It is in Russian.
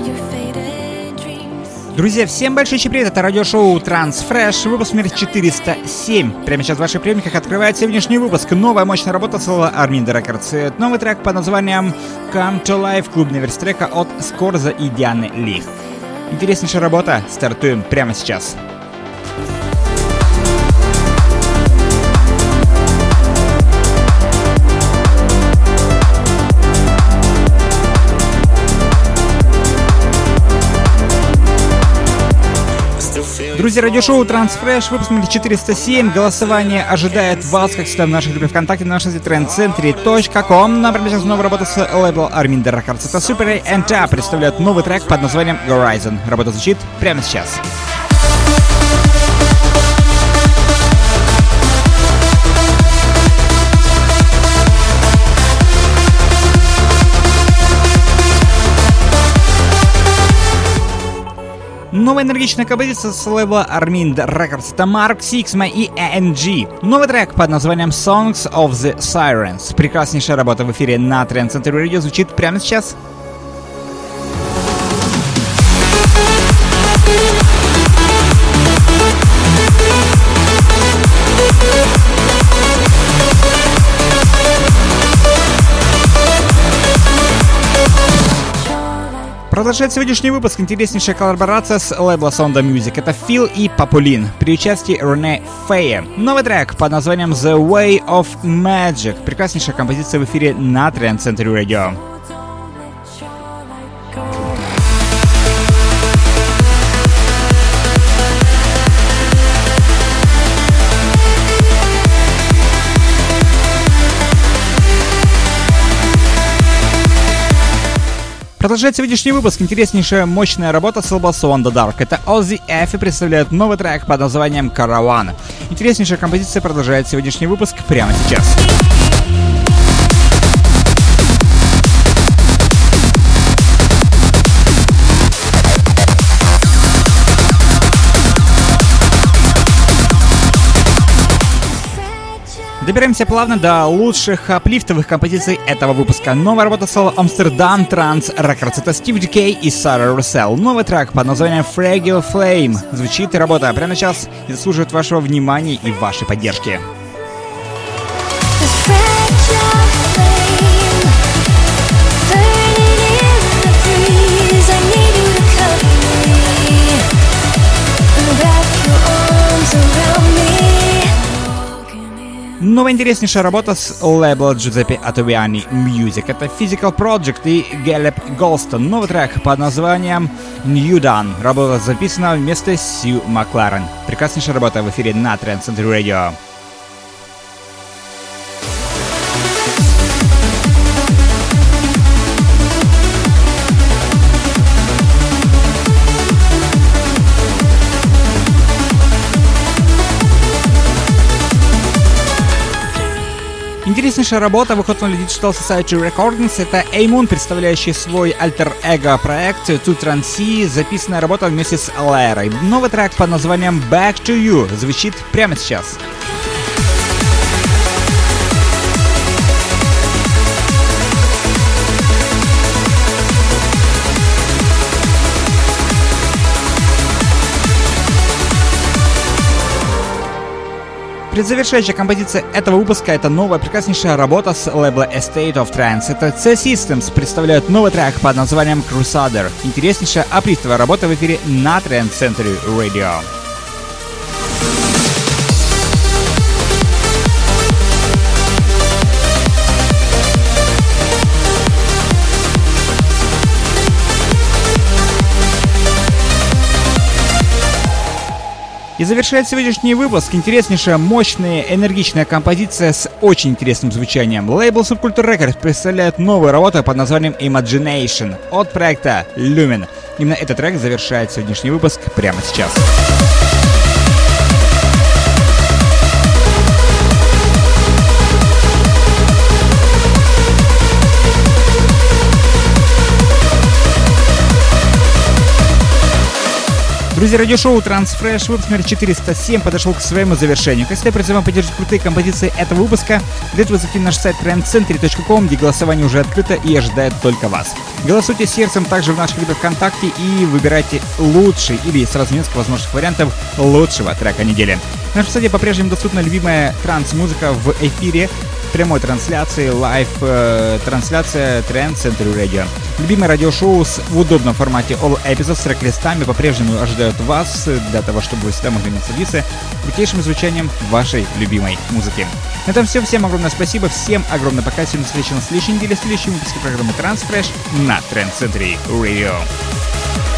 Друзья, всем большой привет, это радиошоу Transfresh, выпуск номер 407. Прямо сейчас в ваших приемниках открывает сегодняшний выпуск новая мощная работа соло Armin Records. Новый трек под названием Come to Life, клубная версия трека от Скорза и Дианы Ли. Интереснейшая работа, стартуем прямо сейчас. Друзья, радиошоу Transfresh, выпуск номер 407. Голосование ожидает вас, как всегда, в нашей группе ВКонтакте, на нашем сайте trendcentry.com. Например, сейчас новая работа с лейбла Armin Records. Это Super A&A представляет новый трек под названием Horizon. Работа звучит прямо сейчас. Новая энергичная композиция с лейбла Armin Records. Это Mark Sixma и A&G. Новый трек под названием Songs of the Sirens. Прекраснейшая работа в эфире на Trend Center Radio звучит прямо сейчас. Продолжает сегодняшний выпуск интереснейшая коллаборация с лейбла Sound Music. Это Фил и Папулин при участии Рене Фея. Новый трек под названием The Way of Magic. Прекраснейшая композиция в эфире на Trend Center Radio. Продолжает сегодняшний выпуск интереснейшая мощная работа с лейбла So on the Dark. Это Ozzy F представляет новый трек под названием Caravan. Интереснейшая композиция продолжает сегодняшний выпуск прямо сейчас. Добираемся плавно до лучших аплифтовых композиций этого выпуска. Новая работа соло Amsterdam Trance Records. Это Steve Decay и Sarah Russell. Новый трек под названием Fragile Flame. Звучит работа прямо сейчас и заслуживает вашего внимания и вашей поддержки. Новая интереснейшая работа с лейбла Giuseppe Ottaviani Music. Это Physical Project и Gallup Голстон. Новый трек под названием New Dawn. Работа записана вместе с Сью Макларен. Прекраснейшая работа в эфире на Trend Center Radio. Интереснейшая работа выходит на Digital Society Recordings. Это A-Moon, представляющий свой альтер-эго проект To Transi, записанная работа вместе с Лэрой. Новый трек под названием Back to You звучит прямо сейчас. Предзавершающая композиция этого выпуска — это новая прекраснейшая работа с лейбла Estate of Trance. Это C-Systems представляют новый трек под названием Crusader. Интереснейшая аплифтовая работа в эфире на Trend Center Radio. И завершает сегодняшний выпуск интереснейшая, мощная, энергичная композиция с очень интересным звучанием. Лейбл Subculture Records представляет новую работу под названием Imagination от проекта Lumen. Именно этот трек завершает сегодняшний выпуск прямо сейчас. Друзья, радиошоу Transfresh, выпуск номер 407 подошел к своему завершению. Как всегда, призываем поддержать крутые композиции этого выпуска. Для этого зайти на наш сайт trendcentury.com, где голосование уже открыто и ожидает только вас. Голосуйте сердцем также в нашей группе ВКонтакте и выбирайте лучший или сразу несколько возможных вариантов лучшего трека недели. На нашем сайте по-прежнему доступна любимая транс-музыка в эфире, прямой трансляции, лайв-трансляция Trend Century Radio. Любимое радиошоу в удобном формате All Episodes с трек-листами по-прежнему ожидают вас для того, чтобы вы всегда могли насладиться крутейшим звучанием вашей любимой музыки. На этом все. Всем огромное спасибо, всем огромное пока. Всем до встречи на следующей неделе в следующем выпуске программы Transfresh на Trend Century Radio.